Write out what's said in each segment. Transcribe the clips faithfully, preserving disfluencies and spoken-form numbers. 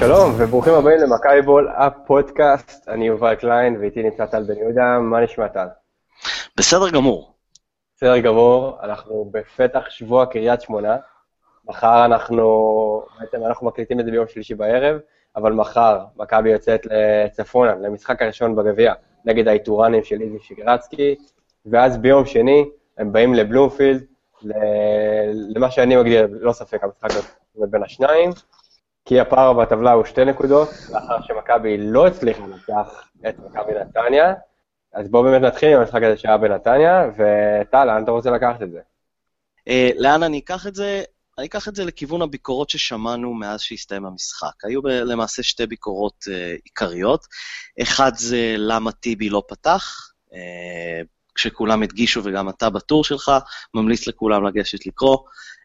שלום וברוכים הבאים למכבי בול, הפודקאסט. אני יובל קליין ואיתי נמצא טל בן יהודה. מה נשמע טל? בסדר גמור. בסדר גמור, אנחנו בפתח שבוע קריית שמונה. מחר אנחנו, בעצם אנחנו מקליטים את זה ביום שלישי בערב, אבל מחר מכבי יוצאת לצפונה, למשחק הראשון בגביע, נגד האיתורנים של איזי שיגרצקי, ואז ביום שני הם באים לבלומפילד, למה שאני מגדיר, לא ספק, המשחק הזה בין השניים, כי הפער בטבלה הוא שתי נקודות, לאחר שמכבי לא הצליחה לנצח את מכבי נתניה. אז בואו באמת נתחיל עם המשחק הזה שהיה בנתניה, וטל, לאן אתה רוצה לקחת את זה? לאן אני אקח את זה? אני אקח את זה לכיוון הביקורות ששמענו מאז שהסתיים המשחק. היו למעשה שתי ביקורות עיקריות. אחד זה למה טיבי לא פתח, כשכולם הדגישו וגם אתה בטור שלך, ממליץ לכולם לגשת לקרוא,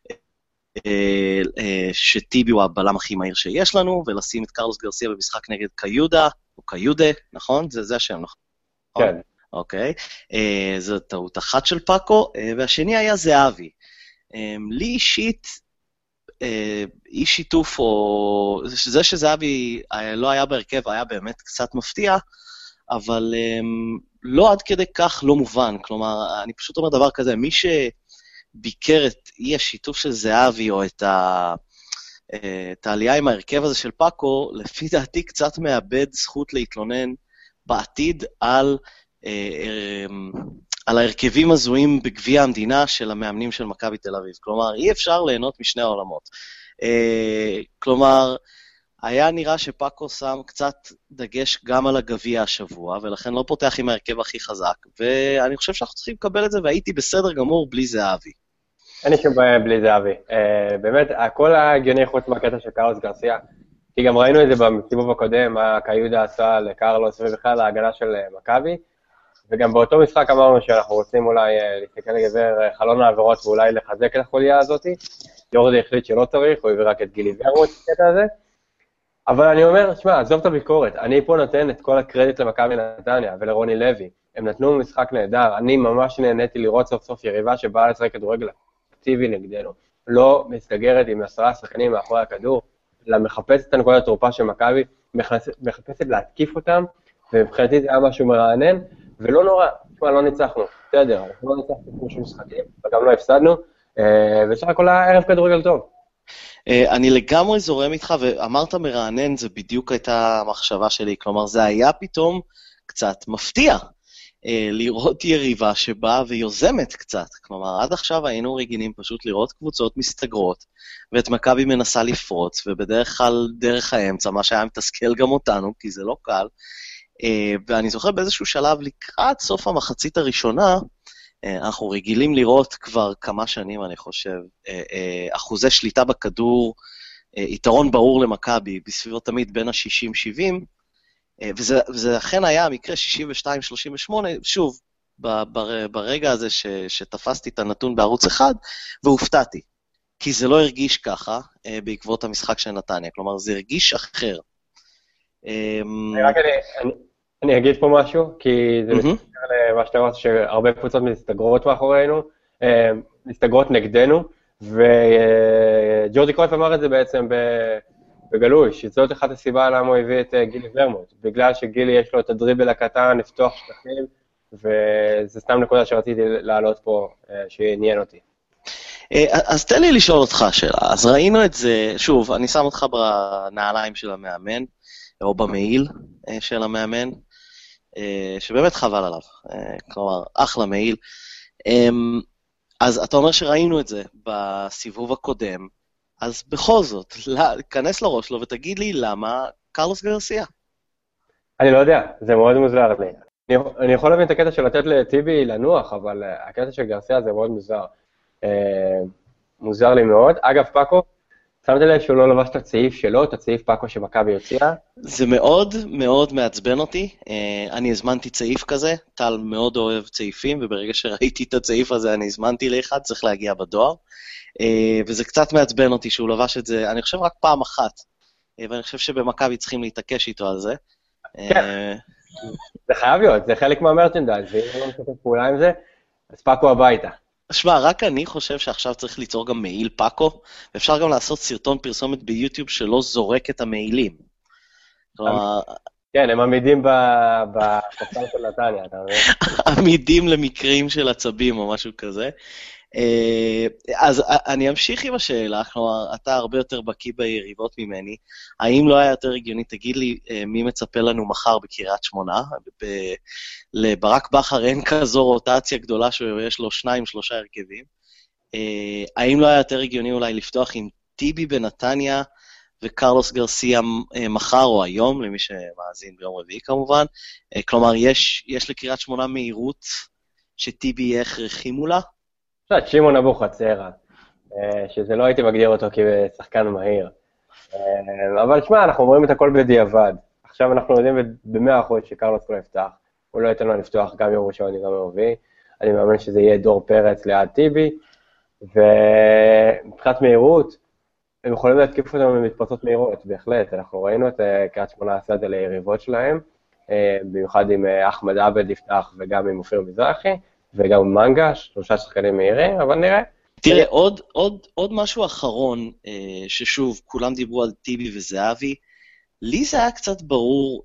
שטיבי הוא הבלם הכי מהיר שיש לנו, ולשים את קרלוס גרסיה במשחק נגד קיודה, או קיודה, נכון? זה, זה השם, נכון? כן. אוקיי. זו טעות אחת של פאקו, והשני היה זהבי. לי אישית, אי שיתוף, או זה שזהבי לא היה בהרכב, היה באמת קצת מפתיע, אבל לא עד כדי כך לא מובן. כלומר, אני פשוט אומר דבר כזה, מי ש... ביקר את אי השיתוף של זהבי, או את, ה, את העלייה עם ההרכב הזה של פאקו, לפי דעתי קצת מאבד זכות להתלונן בעתיד על, על ההרכבים הזויים בגביע המדינה של המאמנים של מכבי תל אביב. כלומר, אי אפשר ליהנות משני העולמות. כלומר, היה נראה שפאקו שם קצת דגש גם על הגביע השבוע, ולכן לא פותח עם ההרכב הכי חזק, ואני חושב שאנחנו צריכים לקבל את זה, והייתי בסדר גמור בלי זהבי. אין לי שום בעיה בלי זהבי. באמת, הכל ההגיוני חוץ מהקטע של קרלוס גרסיה, כי גם ראינו את זה בסיבוב הקודם, מה קיודה עשה לקרלוס ובכלל ההגנה של מכבי, וגם באותו משחק אמרנו שאנחנו רוצים אולי להסתכל לגבר חלון העבירות, ואולי לחזק את החוליה הזאת. יורדי החליט שלא צריך, הוא הביא רק את גילי ורמוט בקטע הזה. אבל אני אומר, תשמע, עזוב את הביקורת, אני פה נותן את כל הקרדיט למכבי נתניה ולרוני לוי, הם נתנו משחק נהדר, אני ממש נהניתי לראות סוף סוף יריבה שבאה לשחק כדורגל אקטיבי נגדנו, לא מסתגרת עם עשרה שחקנים מאחורי הכדור, אלא מחפשת את הנקודת התורפה של מכבי, מחפשת להתקיף אותם, ומבחינתי זה היה משהו מרענן, ולא נורא, תשמע, לא ניצחנו, בסדר, אנחנו לא ניצחנו כמו שום משחקים, וגם לא הפסדנו, ושך הכל היה ערב כדורגל טוב. אני לגמרי זורם איתך, ואמרת מרענן, זה בדיוק הייתה המחשבה שלי, כלומר זה היה פתאום קצת מפתיע, לראות יריבה שבאה ויוזמת קצת, כלומר עד עכשיו היינו רגילים פשוט לראות קבוצות מסתגרות, ואת מכבי מנסה לפרוץ, ובדרך כלל דרך האמצע, מה שהיה מתסכל גם אותנו, כי זה לא קל, ואני זוכר באיזשהו שלב לקראת סוף המחצית הראשונה, אנחנו רגילים לראות כבר כמה שנים, אני חושב, אחוזי שליטה בכדור, יתרון ברור למכבי, בסביבות תמיד בין ה-שישים שבעים, וזה, וזה אכן היה המקרה שישים ושתיים שלושים ושמונה, שוב, ברגע הזה ש, שתפסתי את הנתון בערוץ אחד, והופתעתי, כי זה לא הרגיש ככה בעקבות המשחק של נתניה, כלומר זה הרגיש אחר. רק אני... אני... אני אגיד פה משהו, כי זה מסתכל למה שאתה אומר, שהרבה קבוצות מסתגרות מאחורינו, מסתגרות נגדנו, וג'ורדי קרויף אמר את זה בעצם בגלוי, שזאת אחת הסיבה למה הוא הביא את גילי ורמוט, בגלל שגילי יש לו את הדריבל הקטן, לפתוח שטחים, וזה סתם נקודה שרציתי להעלות פה, שעניין אותי. אז תן לי לשאול אותך שאלה, אז ראינו את זה, שוב, אני שם אותך בנעליים של המאמן, או במעיל של המאמן, שבאמת חבל עליו, כלומר, אחלה מעיל. אז אתה אומר שראינו את זה בסיבוב הקודם, אז בכל זאת, כנס לראש לו ותגיד לי למה קרלוס גרסיה. אני לא יודע, זה מאוד מוזר לי. אני, אני יכול להבין את הקטע של לתת לטיבי לנוח, אבל הקטע של גרסיה זה מאוד מוזר. מוזר לי מאוד. אגב, פאקו, שמת לב שהוא לא לבש את הצעיף שלו, את הצעיף פאקו שמכבי הוציאה? זה מאוד מאוד מעצבן אותי, אני הזמנתי צעיף כזה, טל מאוד אוהב צעיפים, וברגע שראיתי את הצעיף הזה אני הזמנתי לאחד, צריך להגיע בדואר, וזה קצת מעצבן אותי שהוא לבש את זה, אני חושב רק פעם אחת, ואני חושב שבמכבי צריכים להתעקש איתו על זה. כן, זה חייב להיות, זה חלק מהמרצ'נדייז, ואם לא משתף פעולה עם זה, אז פאקו הביתה. שמע, רק אני חושב שעכשיו צריך ליצור גם מעיל פאקו, ואפשר גם לעשות סרטון פרסומת ביוטיוב שלא זורק את המעילים. כלומר... כן, הם עמידים בספסל של נתניה, אתה מבין? עמידים למקרים של עצבים או משהו כזה. אז אני אמשיך עם השאלה, כלומר, אתה הרבה יותר בקיא ביריבות ממני, האם לא היה יותר הגיוני, תגיד לי מי מצפה לנו מחר בקריית שמונה, לברק בכר אין כזו רוטציה גדולה שיש לו שניים, שלושה הרכבים, האם לא היה יותר הגיוני אולי לפתוח עם טיבי בנתניה, וקרלוס גרסיה מחר או היום, למי שמאזין ביום רביעי כמובן, כלומר, יש, יש לקריית שמונה מהירות שטיבי יהיה הכרחי מולה? את שמעון אבוחצירא, שזה לא הייתי מגדיר אותו כשחקן מהיר. אבל שמע, אנחנו אומרים את הכל בדיעבד. עכשיו אנחנו יודעים ב-מאה אחוז שקרלוס לא יפתח, הוא לא ייתן לו לפתוח גם יום ראשון, גם יום רביעי. אני מאמין שזה יהיה דור פרץ ליד טיבי, ומבחינת מהירות, הם יכולים להתקיף אותם במתפרצות מהירות, בהחלט. אנחנו ראינו את קריית שמונה עשה את זה ליריבות שלהם, במיוחד עם אחמד עבד יפתח וגם עם אופיר מזרחי, וגם מנגש, שלושה שחקנים מהירים, אבל נראה. תראה, עוד, עוד, עוד משהו אחרון, ששוב, כולם דיברו על טיבי וזהבי, לי זה היה קצת ברור,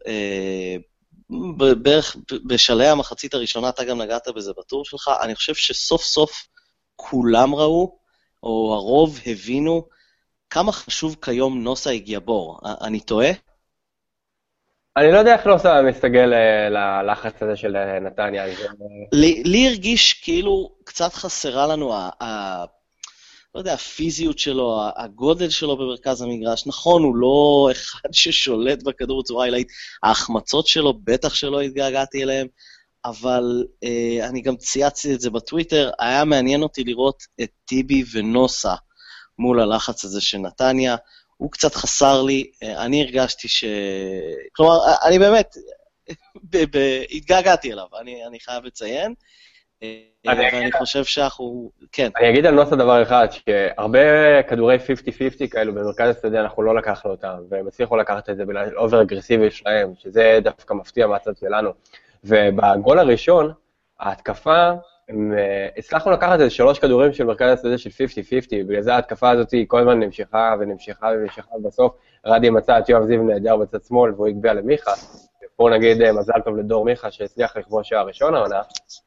בערך בשלהי המחצית הראשונה, אתה גם נגעת בזה בטור שלך, אני חושב שסוף סוף כולם ראו, או הרוב הבינו, כמה חשוב כיום נוסה הגיבור. אני טועה? אני לא יודע איך נוסה מסתגל ללחץ הזה של נתניה. לי, לי הרגיש כאילו קצת חסרה לנו, ה, ה, לא יודע, הפיזיות שלו, הגודל שלו במרכז המגרש. נכון, הוא לא אחד ששולט בכדור בצורה עילאית. ההחמצות שלו, בטח שלא התגעגעתי אליהם, אבל אה, אני גם צייצתי את זה בטוויטר, היה מעניין אותי לראות את טיבי ונוסה מול הלחץ הזה של נתניה. הוא קצת חסר לי, אני הרגשתי ש... כלומר, אני באמת, התגעגעתי אליו, אני, אני חייב לציין, ואני חושב שאנחנו... כן. אני אגיד על נוסה דבר אחד, שהרבה כדורי חמישים חמישים כאלו במרכז השדה, אנחנו לא לקחנו אותם, והם הצליחו לקחת את זה באובר אגרסיבי שלהם, שזה דווקא מפתיע מהצד שלנו. ובגול הראשון, ההתקפה, הצלחנו לקחת איזה שלוש כדורים של מרכז השדה של חמישים חמישים, בגלל זה ההתקפה הזאת היא כל הזמן נמשכה ונמשכה ונמשכה, בסוף רדי מצא את יואב זיו נהדר בצד שמאל והוא הגביע למיכה, פה נגיד מזל טוב לדור מיכה שהצליח לכבוש הראשון העונה.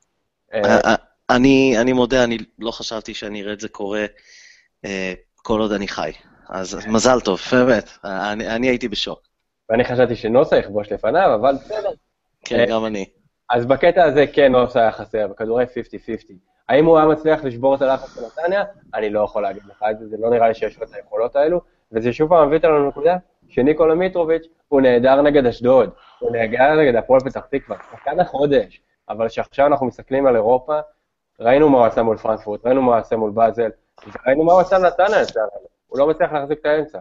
אני מודה, אני לא חשבתי שאני אראה את זה קורה כל עוד אני חי, אז מזל טוב, באמת, אני הייתי בשוק. ואני חשבתי שנוסה יכבוש לפניו, אבל בסדר. כן, גם אני. אז בקטע הזה כן נוסה היה חסר, בכדורי חמישים חמישים. האם הוא היה מצליח לשבור את הלחץ של נתניה? אני לא יכול להגיד לך את זה, זה לא נראה לי שיש לו את היכולות האלו, וזה שוב פעם מביא אותנו לנקודה, שניקולה מיטרוביץ' הוא נהדר נגד אשדוד, הוא נהדר נגד הפועל פתח תקווה, שחקן החודש, אבל שעכשיו אנחנו מסתכלים על אירופה, ראינו מה הוא עשה מול פרנקפורט, ראינו מה הוא עשה מול באזל, וראינו מה הוא עשה נתניה, הוא לא מצליח להחזיק את האמצע.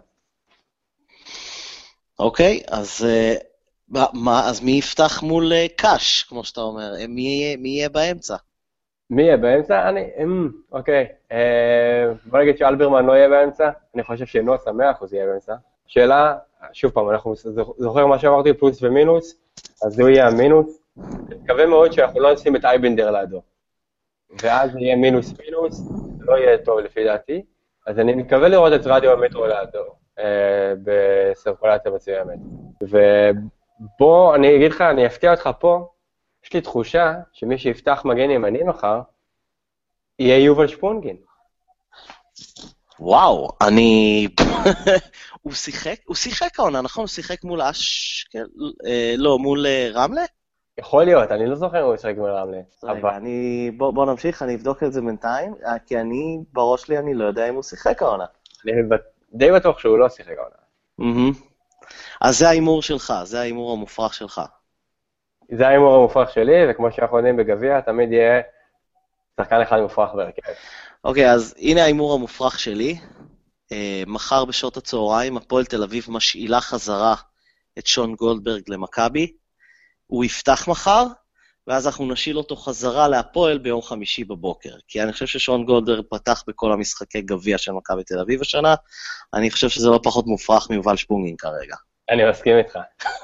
אוקיי, אז... מה, אז מי יפתח מול קאש, כמו שאתה אומר? מי, מי יהיה באמצע? מי יהיה באמצע? אני, אוקיי. בוא נגיד שאלברמן לא יהיה באמצע, אני חושב שנוסה מאה אחוז יהיה באמצע. שאלה, שוב פעם, אנחנו זוכר מה שאמרתי, פלוס ומינוס, אז הוא יהיה המינוס. אני מקווה מאוד שאנחנו לא נשים את אייבנדר לידו. ואז יהיה מינוס מינוס, זה לא יהיה טוב לפי דעתי. אז אני מקווה לראות את רדיו המטרו לידו, בסרקולציה מסוימת. ו... בוא, אני אגיד לך, אני אפתיע אותך פה, יש לי תחושה שמי שיפתח מגן ימני מחר, יהיה יובל שפונגין. וואו, אני... הוא שיחק, הוא שיחק העונה, נכון? הוא שיחק מול אש... לא, מול רמלה? יכול להיות, אני לא זוכר אם הוא שיחק מול רמלה. אבל אני... בוא נמשיך, אני אבדוק את זה בינתיים, כי אני, בראש שלי, אני לא יודע אם הוא שיחק העונה. אני די בטוח שהוא לא שיחק העונה. אז זה האימור שלך, זה האימור המופרך שלך. זה האימור המופרך שלי, וכמו שאנחנו יודעים בגביע, תמיד יהיה שחקן אחד מופרך בהרכב. אוקיי, אז הנה האימור המופרך שלי. מחר בשעות הצהריים, הפועל תל אביב משאילה חזרה את שון גולדברג למכבי. הוא יפתח מחר, ואז אנחנו נשיל אותו חזרה להפועל ביום חמישי בבוקר. כי אני חושב ששון גולדברג פתח בכל המשחקי גביע של מכבי תל אביב השנה. אני חושב שזה לא פחות מופרך מיובל שפונגין כרגע. אני מסכים איתך.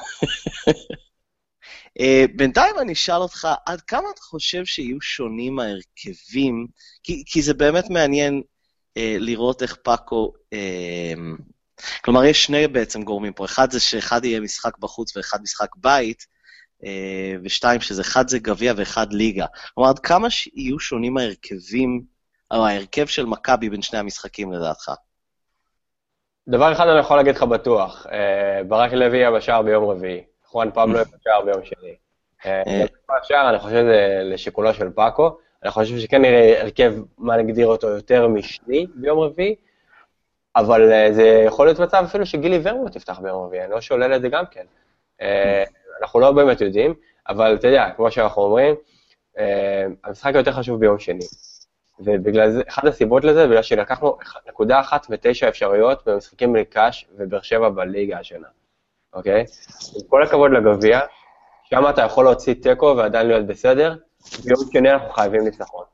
בינתיים אני אשאל אותך, עד כמה אתה חושב שיהיו שונים ההרכבים? כי, כי זה באמת מעניין לראות איך פאקו כלומר, יש שני בעצם גורמים פה. אחד זה שאחד יהיה משחק בחוץ ואחד משחק בית, ושתיים שזה אחד זה גביע ואחד ליגה. כלומר, עד כמה יהיו שונים ההרכבים, או ההרכב של מכבי בין שני המשחקים לדעתך? דבר אחד אני יכול להגיד לך בטוח, ברק לוי יהיה בשער ביום רביעי, חואן פבלו יהיה בשער ביום שני. בשער אני חושב שזה לשיקולו של פאקו, אני חושב שכן נראה הרכב, מה נגדיר אותו, יותר משני ביום רביעי, אבל זה יכול להיות מצב אפילו שגילי ורמו תפתח ביום רביעי, אני לא שולל את זה גם כן. אנחנו לא באמת יודעים, אבל אתה יודע, כמו שאנחנו אומרים, המשחק יותר חשוב ביום שני. ובגלל זה, אחת הסיבות לזה, בגלל שלקחנו נקודה אחת ותשע אפשרויות במשחקים לקש ובאר שבע בליגה השנה. אוקיי? עם כל הכבוד לגביע, שם אתה יכול להוציא טקו ועדיין להיות בסדר, ביום שני אנחנו חייבים ניצחון.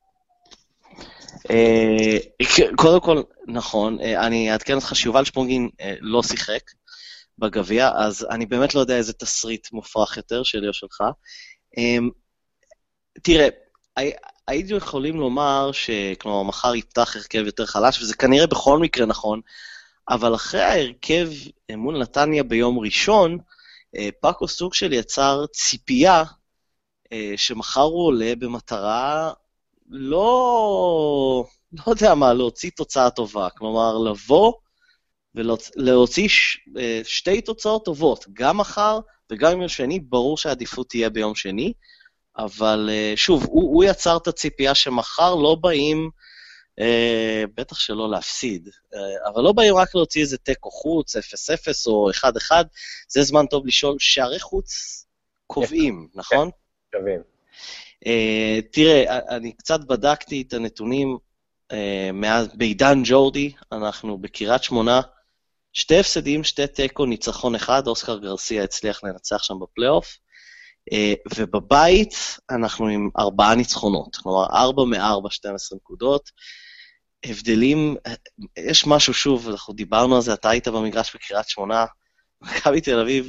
קודם כל, נכון, אני אעדכן אותך שיובל שפונגין לא שיחק בגביע, אז אני באמת לא יודע איזה תסריט מופרך יותר שלי או שלך. תראה, היינו יכולים לומר שכלומר מחר יפתח הרכב יותר חלש, וזה כנראה בכל מקרה נכון, אבל אחרי ההרכב מול נתניה ביום ראשון, פאקו סוג של יצר ציפייה שמחר הוא עולה במטרה לא, לא יודע מה, להוציא תוצאה טובה, כלומר לבוא ולהוציא ש, שתי תוצאות טובות, גם מחר וגם יום שני, ברור שהעדיפות תהיה ביום שני, אבל שוב, הוא, הוא יצר את הציפייה שמחר לא באים, אה, בטח שלא להפסיד, אה, אבל לא באים רק להוציא איזה טקו חוץ, אפס אפס או אחד אחד, זה זמן טוב לשאול, שערי חוץ קובעים, נכון? קובעים. אה, תראה, אני קצת בדקתי את הנתונים, אה, מאז, בעידן ג'ורדי, אנחנו בקירת שמונה, שתי הפסדים, שתי טקו, ניצחון אחד, אוסקר גרסיה הצליח לנצח שם בפלייאוף, ובבית אנחנו עם ארבעה ניצחונות, כלומר ארבע מארבע, שתים עשרה נקודות, הבדלים, יש משהו שוב, אנחנו דיברנו על זה, אתה היית במגרש בקריית שמונה, מכבי תל אביב,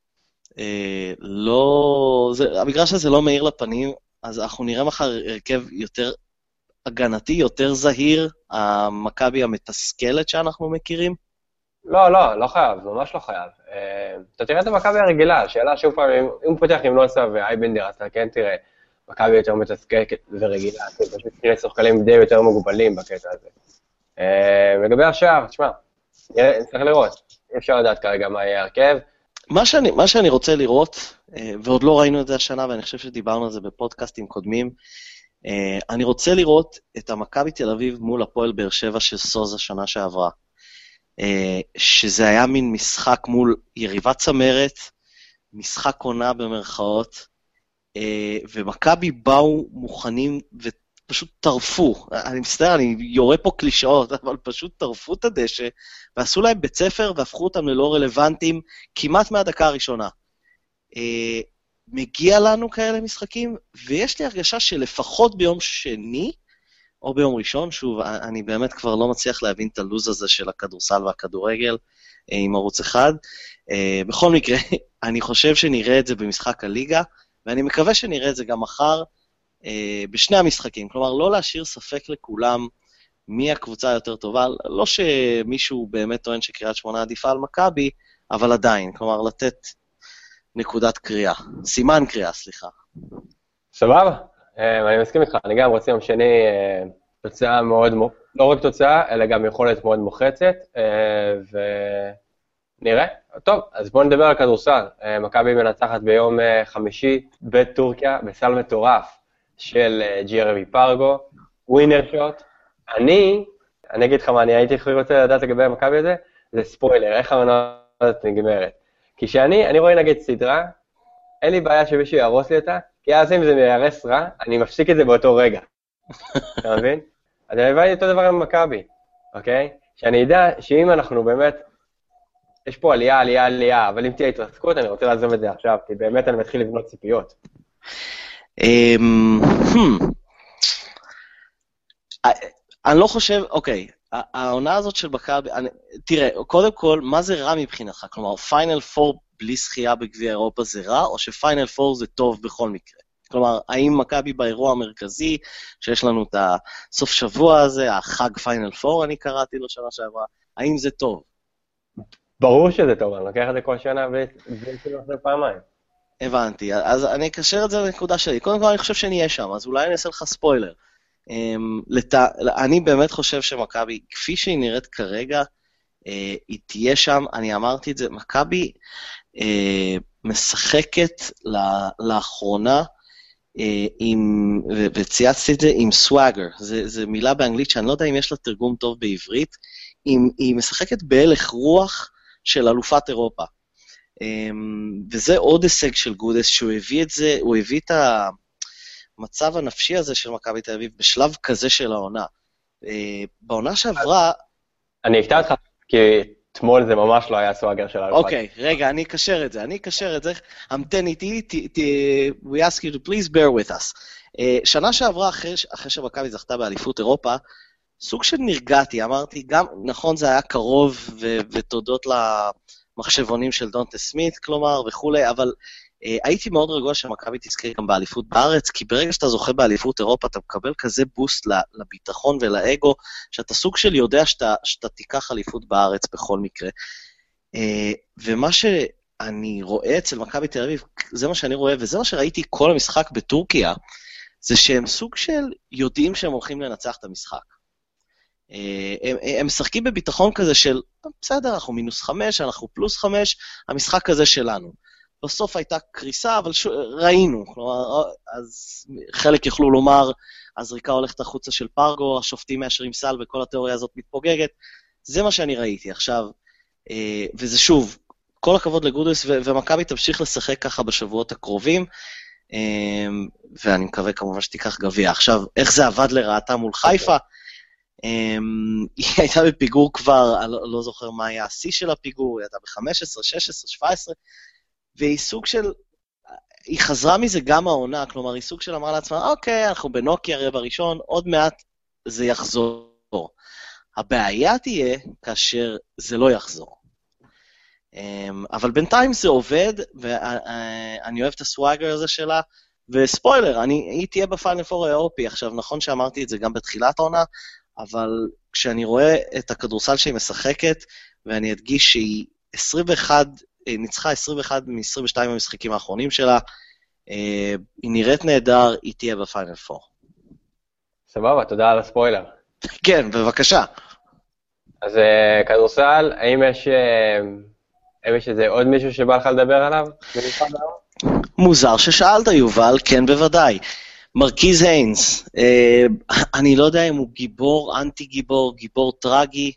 לא, זה, המגרש הזה לא מאיר לפנים, אז אנחנו נראה מחר הרכב יותר הגנתי, יותר זהיר, המכבי המתסכלת שאנחנו מכירים, לא, לא, לא חייב, ממש לא חייב. אתה תראה את המכבי הרגילה, השאלה שוב פעם, אם הוא פותח עם נוסה ואייבנדר, אז אתה כן תראה, מכבי יותר מתסכלת ורגילה, כי פשוט תראה שחקנים די יותר מוגבלים בקטע הזה. לגבי השאר, תשמע, נצטרך לראות, אי אפשר לדעת כרגע מה יהיה הרכב. מה שאני, מה שאני רוצה לראות, ועוד לא ראינו את זה השנה, ואני חושב שדיברנו על זה בפודקאסטים קודמים, אני רוצה לראות את המכבי תל אביב מול הפועל באר שבע של סוזה השנה שעברה. שזה היה מין משחק מול יריבת צמרת, משחק עונה במרכאות, ומכבי באו מוכנים ופשוט טרפו, אני מסתכל, אני יורה פה קלישאות, אבל פשוט טרפו את הדשא, ועשו להם בית ספר והפכו אותם ללא רלוונטיים, כמעט מהדקה הראשונה. מגיע לנו כאלה משחקים, ויש לי הרגשה שלפחות ביום שני, או ביום ראשון, שוב, אני באמת כבר לא מצליח להבין את הלוז הזה של הכדורסל והכדורגל עם ערוץ אחד. בכל מקרה, אני חושב שנראה את זה במשחק הליגה, ואני מקווה שנראה את זה גם מחר בשני המשחקים. כלומר, לא להשאיר ספק לכולם מי הקבוצה יותר טובה, לא שמישהו באמת טוען שקריית שמונה עדיפה על מכבי, אבל עדיין, כלומר, לתת נקודת קריאה, סימן קריאה, סליחה. סבבה. אני מסכים איתך, אני גם רוצה יום שני תוצאה מאוד, לא רק תוצאה, אלא גם יכולת מאוד מוחצת, ונראה. טוב, אז בואו נדבר על כדורסל. מכבי מנצחת ביום חמישי בטורקיה, בסל מטורף של ג'רמי פרגו, ווינר שוט. אני, אני אגיד לך מה, אני הייתי רוצה לדעת לגבי המכבי הזה, זה ספוילר, איך העונה הזאת נגמרת. כי שאני, אני רואה נגד סדרה, אין לי בעיה שמישהו יהרוס לי אותה, כי אז אם זה מיירס רע, אני מפסיק את זה באותו רגע. אתה מבין? אז אני הבאתי אותו דבר עם מכבי, אוקיי? שאני יודע שאם אנחנו באמת, יש פה עלייה, עלייה, עלייה, אבל אם תהיה התרסקות, אני רוצה לעזוב את זה עכשיו, כי באמת אני מתחיל לבנות ציפיות. אני לא חושב, אוקיי, העונה הזאת של מכבי, תראה, קודם כל, מה זה רע מבחינתך? כלומר, פיינל פור בלי זכייה בגביע אירופה זה רע, או שפיינל פור זה טוב בכל מקרה? כלומר, האם מכבי באירוע המרכזי, שיש לנו את הסוף שבוע הזה, החג פיינל פור, אני קראתי לו שנה שעברה, האם זה טוב? ברור שזה טוב, אני לוקח את זה כל שנה ועשינו אחרי פעמיים. הבנתי, אז אני אקשר את זה לנקודה שלי. קודם כל אני חושב שנהיה שם, אז אולי אני אעשה לך ספוילר. אני באמת חושב שמכבי, כפי שהיא נראית כרגע, היא תהיה שם, אני אמרתי את זה, מכבי משחקת לאחרונה, וצייצתי את זה עם סוואגר, זו מילה באנגלית שאני לא יודע אם יש לה תרגום טוב בעברית, היא משחקת בהלך רוח של אלופת אירופה. וזה עוד הישג של גודס, שהוא הביא את זה, הוא הביא את המצב הנפשי הזה של מכבי תל אביב בשלב כזה של העונה. בעונה שעברה... אני אקטע אותך, כי אתמול זה ממש לא היה סוואגר של אלופת. אוקיי, רגע, אני אקשר את זה, אני אקשר את זה, המתן איתי, we ask you to please bear with us. שנה שעברה, אחרי שמכבי זכתה באליפות אירופה, סוג של נרגעתי, אמרתי, גם, נכון, זה היה קרוב, ותודות למחשבונים של דונטה סמית, כלומר, וכולי, אבל הייתי מאוד רגוע שמכבי תזכה גם באליפות בארץ, כי ברגע שאתה זוכה באליפות אירופה, אתה מקבל כזה בוסט לביטחון ולאגו, שאתה סוג של יודע שאתה, שאתה תיקח אליפות בארץ בכל מקרה. ומה שאני רואה אצל מכבי תל אביב, זה מה שאני רואה, וזה מה שראיתי כל המשחק בטורקיה, זה שהם סוג של יודעים שהם הולכים לנצח את המשחק. הם, הם משחקים בביטחון כזה של, בסדר, אנחנו מינוס חמש, אנחנו פלוס חמש, המשחק הזה שלנו. בסוף הייתה קריסה, אבל ש... ראינו, כלומר, אז חלק יוכלו לומר, הזריקה הולכת החוצה של פרגו, השופטים מאשרים סל, וכל התיאוריה הזאת מתפוגגת, זה מה שאני ראיתי. עכשיו, וזה שוב, כל הכבוד לגודס, ו- ומכבי תמשיך לשחק ככה בשבועות הקרובים, ואני מקווה כמובן שתיקח גביע. עכשיו, איך זה עבד לרעתה מול חיפה? היא הייתה בפיגור כבר, אני לא זוכר מה היה השיא של הפיגור, היא הייתה ב-חמש עשרה, שש עשרה, שבע עשרה, והיא סוג של, היא חזרה מזה גם העונה, כלומר, היא סוג של אמרה לעצמה, אוקיי, אנחנו בנוקיה רבע ראשון, עוד מעט זה יחזור. הבעיה תהיה כאשר זה לא יחזור. אבל בינתיים זה עובד, ואני אוהב את הסוואגר הזה שלה, וספוילר, אני, היא תהיה בפיינל פור האירופי. עכשיו, נכון שאמרתי את זה גם בתחילת העונה, אבל כשאני רואה את הכדורסל שהיא משחקת, ואני אדגיש שהיא עשרים ואחת, ניצחה עשרים ואחת מ-עשרים ושתיים המשחקים האחרונים שלה, היא נראית נהדר, היא תהיה בפיינל פור. סבבה, תודה על הספוילר. כן, בבקשה. אז כדורסל, האם יש, האם יש איזה עוד מישהו שבא לך לדבר עליו? מוזר ששאלת, יובל, כן בוודאי. מרקיז היינס, אני לא יודע אם הוא גיבור, אנטי גיבור, גיבור טרגי.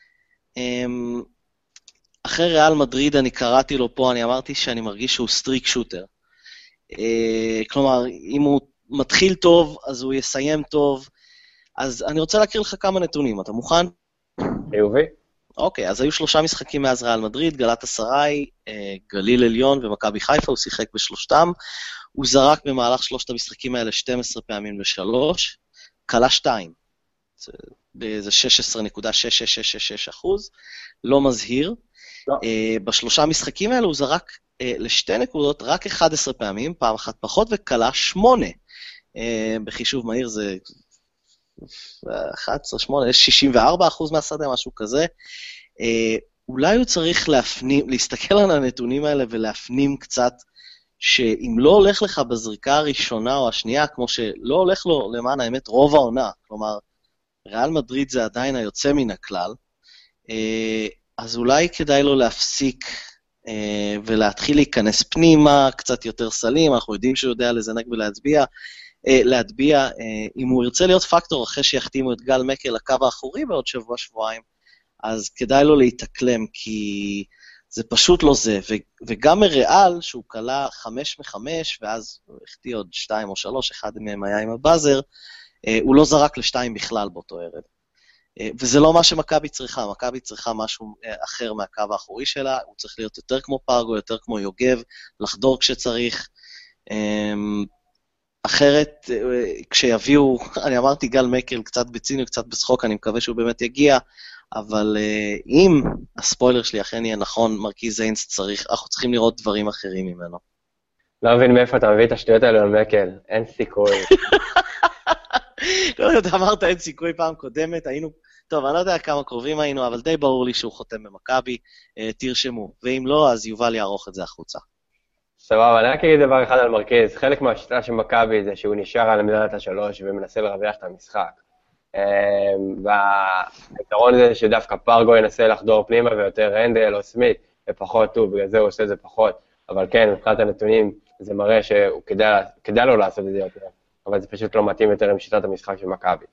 אחרי ריאל מדריד אני קראתי לו פה, אני אמרתי שאני מרגיש שהוא סטריק שוטר. כלומר, אם הוא מתחיל טוב, אז הוא יסיים טוב. אז אני רוצה להקריא לך כמה נתונים, אתה מוכן? חיובי. אוקיי, אז היו שלושה משחקים מאז ריאל מדריד, גלת אסריי, גליל עליון ומכבי חיפה, הוא שיחק בשלושתם. הוא זרק במהלך שלושת המשחקים האלה שתים עשרה פעמים בשלוש, קלה שתיים, באיזה שש עשרה נקודה שש שש שש שש אחוז, לא מזהיר. לא. בשלושה משחקים האלה הוא זרק לשתי נקודות רק אחת עשרה פעמים, פעם אחת פחות, וקלה שמונה. בחישוב מהיר זה אחת עשרה, שמונה, יש שישים וארבעה אחוז מהשדה, משהו כזה. אולי הוא צריך להפנים, להסתכל על הנתונים האלה ולהפנים קצת, שאם לא הולך לך בזריקה הראשונה או השנייה, כמו שלא הולך לו למען האמת רוב העונה, כלומר, ריאל מדריד זה עדיין היוצא מן הכלל, אז אולי כדאי לו להפסיק ולהתחיל להיכנס פנימה, קצת יותר סלים, אנחנו יודעים שהוא יודע לזנק ולהצביע, להטביע, אם הוא ירצה להיות פקטור אחרי שיחתימו את גל מקל לקו האחורי בעוד שבוע שבועיים, אז כדאי לו להתאקלם, כי זה פשוט לא זה, וגם מריאל, שהוא קלה חמש מחמש, ואז הוא החטיא עוד שתיים או שלוש, אחד מהם היה עם הבאזר, הוא לא זרק לשתיים בכלל באותו ערב. וזה לא מה שמכבי צריכה, מכבי צריכה משהו אחר מהקו האחורי שלה, הוא צריך להיות יותר כמו פרגו, יותר כמו יוגב, לחדור כשצריך, אחרת, כשיביאו, אני אמרתי גל מקל קצת בציני, קצת בשחוק, אני מקווה שהוא באמת יגיע, אבל אם הספוילר שלי אכן יהיה נכון, מרקיז היינס צריך, אנחנו צריכים לראות דברים אחרים ממנו. לא מבין מאיפה אתה מביא את השטויות האלה על מקל, אין סיכוי. לא יודע, אמרת אין סיכוי פעם קודמת, היינו, טוב, אני לא יודע כמה קרובים היינו, אבל די ברור לי שהוא חותם במכבי, תרשמו, ואם לא, אז יובל יערוך את זה החוצה. סבבה, אני רק אגיד דבר אחד על מרקיז, חלק מהשיטה של מכבי זה שהוא נשאר על מדליית השלוש ומנסה לרווח את המשחק. והיתרון זה שדווקא פרגו ינסה לחדור פנימה ויותר רנדל או סמית, ופחות טוב, בגלל זה הוא עושה את זה פחות. אבל כן, מבחינת הנתונים, זה מראה שהוא כדאי לו לעשות את זה יותר, אבל זה פשוט לא מתאים יותר עם שיטת המשחק של מכבי.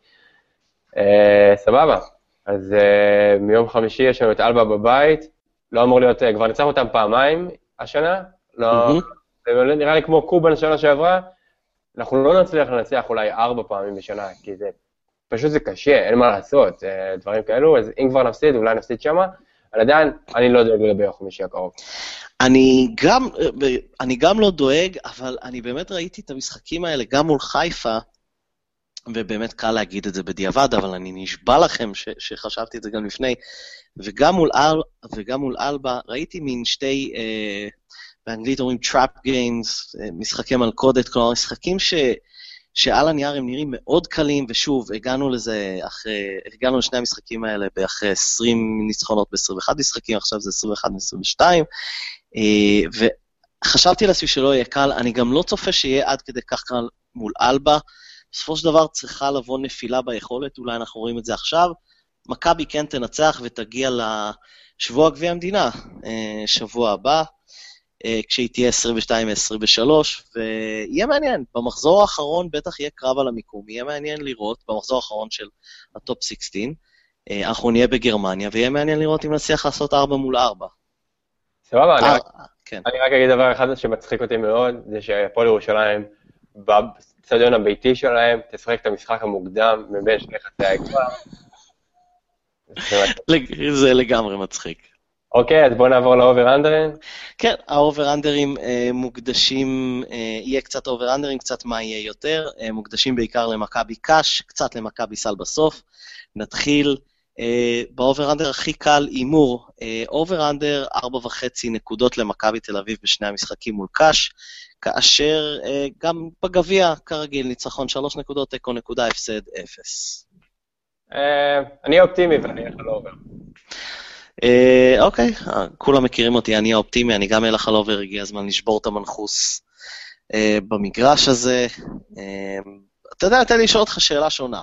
סבבה, אז מיום חמישי יש לנו את אלבה בבית, לא אמור להיות, כבר ניצח אותם פעמיים השנה, לא, זה נראה לי כמו קובן שנה שעברה, אנחנו לא נצליח לנצח אולי ארבע פעמים בשנה, כי זה, פשוט זה קשה, אין מה לעשות, דברים כאלו, אז אם כבר נפסיד, אולי נפסיד שמה, אבל עדיין, אני לא דואג לגבי חמישי הקרוב. אני גם, אני גם לא דואג, אבל אני באמת ראיתי את המשחקים האלה, גם מול חיפה, ובאמת קל להגיד את זה בדיעבד, אבל אני נשבע לכם ש, שחשבתי את זה גם לפני, וגם מול, אל, וגם מול אלבה, ראיתי מין שתי, אה, באנגלית אומרים trap games, אה, משחקי מלכודת, כלומר משחקים ש, שעל הנייר הם נראים מאוד קלים, ושוב, הגענו לזה אחרי, הגענו לשני המשחקים האלה באחרי עשרים ניצחונות ב-עשרים ואחד משחקים, עכשיו זה עשרים ואחת עשרים ושתיים, אה, וחשבתי לעצמי שלא יהיה קל, אני גם לא צופה שיהיה עד כדי כך קל מול אלבה, בסופו של דבר צריכה לבוא נפילה ביכולת, אולי אנחנו רואים את זה עכשיו, מכבי כן תנצח ותגיע לשבוע גביע המדינה, שבוע הבא, כשהיא תהיה עשרים ושתיים עשרים ושלוש, ויהיה מעניין, במחזור האחרון בטח יהיה קרב על המיקום, יהיה מעניין לראות, במחזור האחרון של הטופ שש עשרה, אנחנו נהיה בגרמניה, ויהיה מעניין לראות אם נצליח לעשות ארבע מול ארבע. סבבה, אני רק, כן. אני רק אגיד דבר אחד שמצחיק אותי מאוד, זה שהפועל ירושלים, באצטדיון הביתי שלהם, תשחק את המשחק המוקדם מבין שני חצי הגמר. זה לגמרי מצחיק. אוקיי, אז בואו נעבור לאובר-אנדרים. כן, האובר-אנדרים מוקדשים, יהיה קצת אובר-אנדרים, קצת מה יהיה יותר, מוקדשים בעיקר למכבי קש, קצת למכבי סל בסוף. נתחיל באובר-אנדר הכי קל, אימור, אובר-אנדר ארבע וחצי נקודות למכבי תל אביב בשני המשחקים מול קש, כאשר גם בגביע, כרגיל, ניצחון שלוש נקודות, תיקו נקודה, הפסד אפס. אני אופטימי ואני אלך על אובר. אוקיי, כולם מכירים אותי, אני האופטימי, אני גם אלך על אובר, הגיע הזמן לשבור את המנחוס במגרש הזה. אתה יודע, תן לי לשאול אותך שאלה שונה.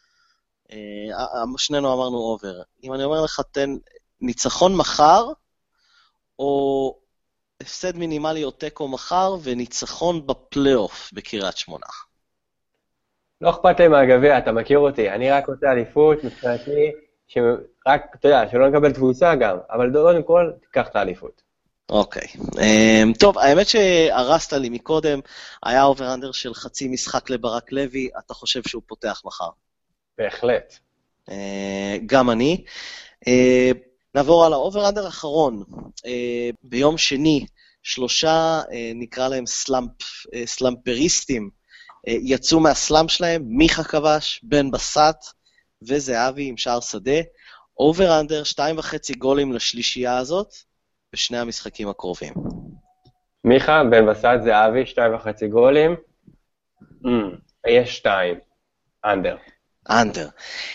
שנינו אמרנו אובר. אם אני אומר לך, תן ניצחון מחר, או הפסד מינימלי או תיקו מחר, וניצחון בפלייאוף בקריית שמונה. לא אכפת לי מהגביע, אתה מכיר אותי. אני רק רוצה אליפות, מבחינתי, שרק, אתה יודע, שלא נקבל תבוסה גם, אבל קודם כל, תיקח את האליפות. אוקיי. טוב, האמת שהרסת לי מקודם, היה אובר-אנדר של חצי משחק לברק לוי, אתה חושב שהוא פותח מחר? בהחלט. גם אני. נעבור על האובר-אנדר האחרון. ביום שני, שלושה, נקרא להם סלאמפ, סלאמפריסטים, יצאו מהסלאמפ שלהם, מיכה כבש, בן בסט וזהבי עם שער שדה. אובר-אנדר, שתיים וחצי גולים לשלישייה הזאת, בשני המשחקים הקרובים. מיכה, בן בסט, זהבי, שתיים וחצי גולים. יש שתיים. אנדר. אנדר.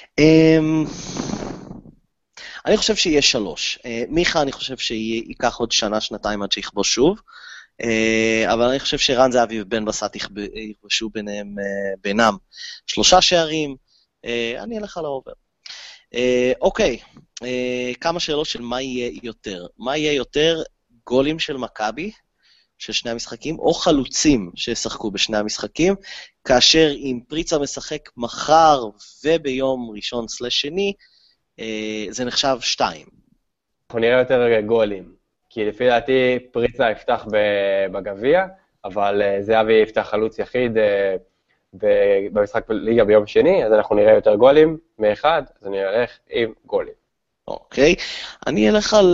אני חושב שיהיה שלוש. מיכה, אני חושב שייקח עוד שנה, שנתיים עד שיכבוש שוב, אבל אני חושב שרן זהבי ובן בסט יכבשו ביניהם, בינם שלושה שערים, אני אלך על האובר. אוקיי, כמה שאלות של מה יהיה יותר. מה יהיה יותר גולים של מכבי, של שני המשחקים, או חלוצים שישחקו בשני המשחקים, כאשר אם פריצה משחק מחר וביום ראשון סלש שני, זה נחשב שתיים. אנחנו נראה יותר גולים, כי לפי דעתי פריצה יפתח בגביע, אבל זהבי יפתח חלוץ יחיד במשחק ליגה ביום שני, אז אנחנו נראה יותר גולים מאחד, אז אני אלך עם גולים. אוקיי, אני אלך על...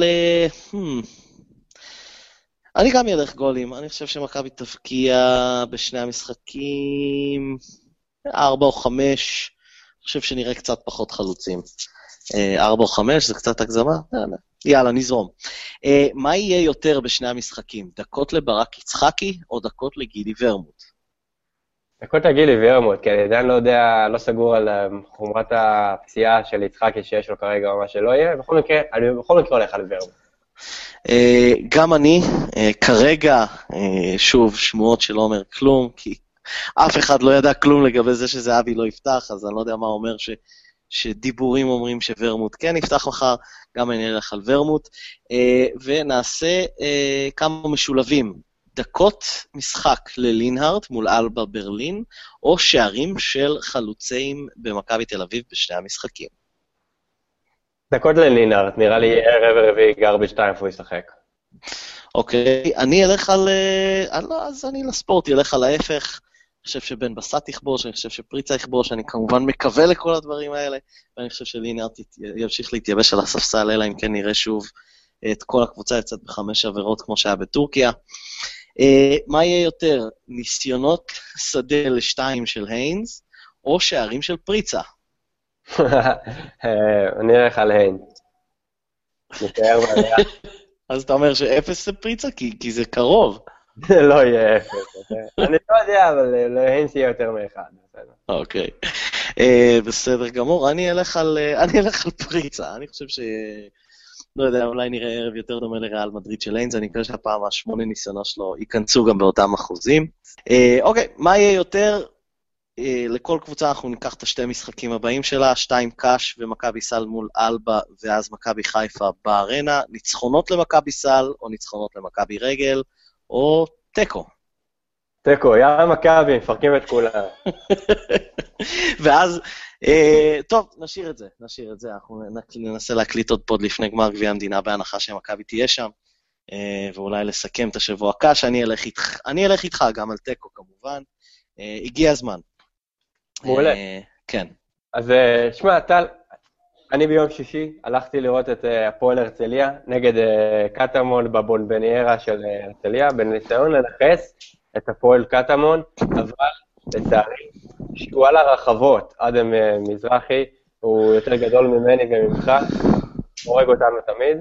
אני גם ילך גולים, אני חושב שמכבי תבקיע בשני המשחקים ארבע או חמש, אני חושב שנראה קצת פחות חלוצים. ארבע או חמש, זה קצת הגזמה? יאללה, נזרום. מה יהיה יותר בשני המשחקים? דקות לברק יצחקי או דקות לגידי ורמוט? הכל תגיד לי ורמוט, כי אני עדיין לא יודע, לא סגור על חומרת הפציעה של יצחקי שיש לו כרגע או מה שלא יהיה, בכל מקרה, אני בכל מקרה הולך על ורמוט. גם אני, כרגע, שוב, שמועות שלא אומר כלום, כי אף אחד לא ידע כלום לגבי זה שזהבי לא יפתח, אז אני לא יודע מה אומר ש, שדיבורים אומרים שוורמוט כן יפתח מחר, גם אני אלך על ורמוט, ונעשה כמה משולבים, דקות משחק ללינהארט מול אלבה ברלין, או שערים של חלוצים במכבי תל אביב בשני המשחקים. דקות ללינהארט, נראה לי ערב רביעי גרביץ' טיים איפה הוא ישחק. אוקיי, אני אלך על, אז אני לספורט, אלך על ההפך, אני חושב שבן בסט יכבוש, אני חושב שפריצה יכבוש, אני כמובן מקווה לכל הדברים האלה, ואני חושב שלינהארט ימשיך להתייבש על הספסל, אלא אם כן נראה שוב את כל הקבוצה יצאת בחמש עבירות כמו שהיה בטורקיה. מה יהיה יותר, ניסיונות שדה לשתיים של היינס, או שערים של פריצה? אני אלך על היינס. נשאר בעיה. אז אתה אומר שאפס זה פריצה? כי זה קרוב. זה לא יהיה אפס. אני לא יודע, אבל להיינס יהיה יותר מאחד. אוקיי. בסדר גמור. אני אלך על פריצה. אני חושב ש... לא יודע, אולי נראה ערב יותר דומה לריאל מדריד של היינס, אני מקווה שהפעם השמונה ניסיונות שלו ייכנסו גם באותם אחוזים. אוקיי, מה יהיה יותר? לכל קבוצה אנחנו ניקח את השתי משחקים הבאים שלה, שתיים קש ומכבי סל מול אלבה, ואז מכבי חיפה בארנה, ניצחונות למכבי סל, או ניצחונות למכבי רגל, או טקו. טקו, יאללה מכבי, מפרקים את כולם. ואז, אה, טוב, נשאיר את זה, נשאיר את זה, אנחנו ננסה להקליט עוד פוד לפני גמר גביע המדינה, בהנחה שמכבי תהיה שם, אה, ואולי לסכם את השבוע קש, אני אלך איתך, אני אלך איתך גם על טקו כמובן, אה, הגיע הזמן. מעולה. אה, כן. אז שמע, טל, אני ביום שישי הלכתי לראות את הפועל הרצליה, נגד קטמון בבונבניירה של הרצליה, בניסיון לנחס את הפועל קטמון, אבל לצערי, שועל הרחבות, אדם מזרחי, הוא יותר גדול ממני וממך, הורג אותנו תמיד.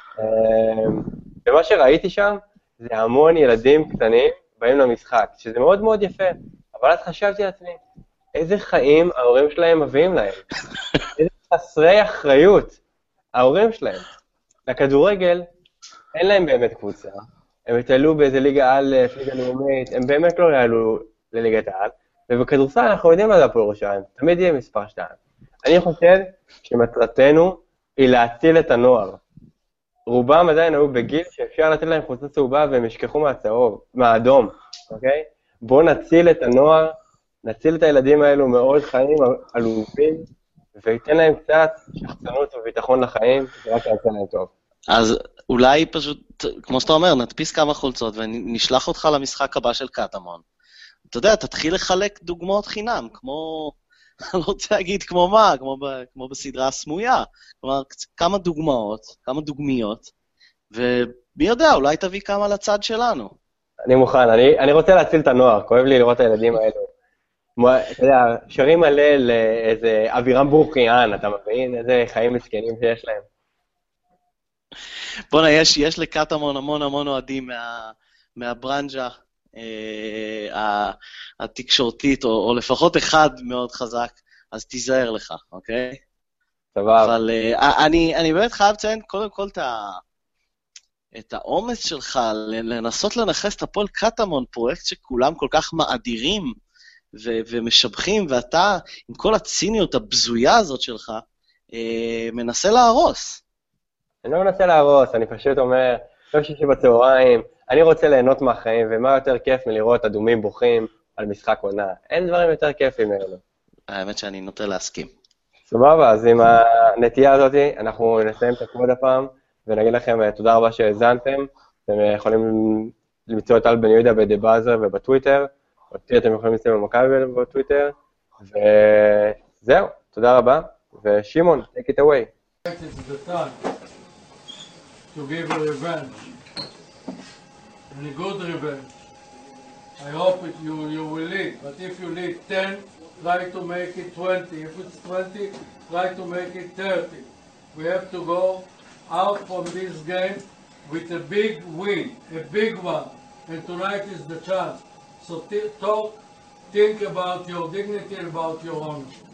ומה שראיתי שם, זה המון ילדים קטנים באים למשחק, שזה מאוד מאוד יפה, אבל אז חשבתי לעצמי, איזה חיים ההורים שלהם מביאים להם? איזה חסרי אחריות ההורים שלהם. לכדורגל אין להם באמת קבוצה, הם יטעלו באיזה ליגה א', ליגה לאומית, הם באמת לא יעלו לליגת העל, ובכדורסל אנחנו יודעים מה זה הפועל ירושלים, תמיד יהיה מספר שתיים. אני חושב שמטרתנו היא להציל את הנוער. רובם עדיין היו בגיל שאפשר לתת להם חולצה צהובה והם ישכחו מהצהוב, מהאדום, אוקיי? בואו נציל את הנוער, נציל את הילדים האלו מאוד חיים עלובים, וייתן להם קצת שחצנות וביטחון לחיים, זה רק יעשה להם טוב. אז אולי פשוט, כמו שאתה אומר, נדפיס כמה חולצות ונשלח אותך למשחק הבא של קטמון. אתה יודע, תתחיל לחלק דוגמאות חינם, כמו, אני לא רוצה להגיד כמו מה, כמו, ב, כמו בסדרה הסמויה. כלומר, כמה דוגמאות, כמה דוגמיות, ומי יודע, אולי תביא כמה לצד שלנו. אני מוכן, אני, אני רוצה להציל את הנוער, כואב לי לראות את הילדים האלו. אתה יודע, שרים מלא לאיזה אבירם בורחיאן, אתה מבין? איזה חיים מסכנים שיש להם. בוא'נה, יש, יש לקטמון המון המון אוהדים מה, מהברנג'ה אה, התקשורתית, או, או לפחות אחד מאוד חזק, אז תיזהר לך, אוקיי? סבבה. אבל אה, אני, אני באמת חייב לציין קודם כל את ה... את האומץ שלך לנסות לנחס את הפועל קטמון, פרויקט שכולם כל כך מאדירים ו- ומשבחים, ואתה, עם כל הציניות הבזויה הזאת שלך, אה, מנסה להרוס. אני לא מנסה להרוס, אני פשוט אומר, לא שישי בצהריים, אני רוצה ליהנות מהחיים, ומה יותר כיף מלראות אדומים בוכים על משחק עונה. אין דברים יותר כיפים מאלו. האמת שאני נוטה להסכים. סבבה, אז עם הנטייה הזאת, אנחנו נסיים את הכבוד הפעם, ונגיד לכם תודה רבה שהזנתם, אתם יכולים למצוא את טל בן יהודה בדבאזר ובטוויטר, אותי אתם יכולים למצוא במכבי בטוויטר, וזהו, תודה רבה, ושימון, take it away. It's the time to give a revenge, and a good revenge. I hope it, you, you will lead, but if you lead ten, try to make it twenty. If it's twenty, try to make it thirty. We have to go out from this game with a big win, a big one, and tonight is the chance. So t- talk think about your dignity and about your honor.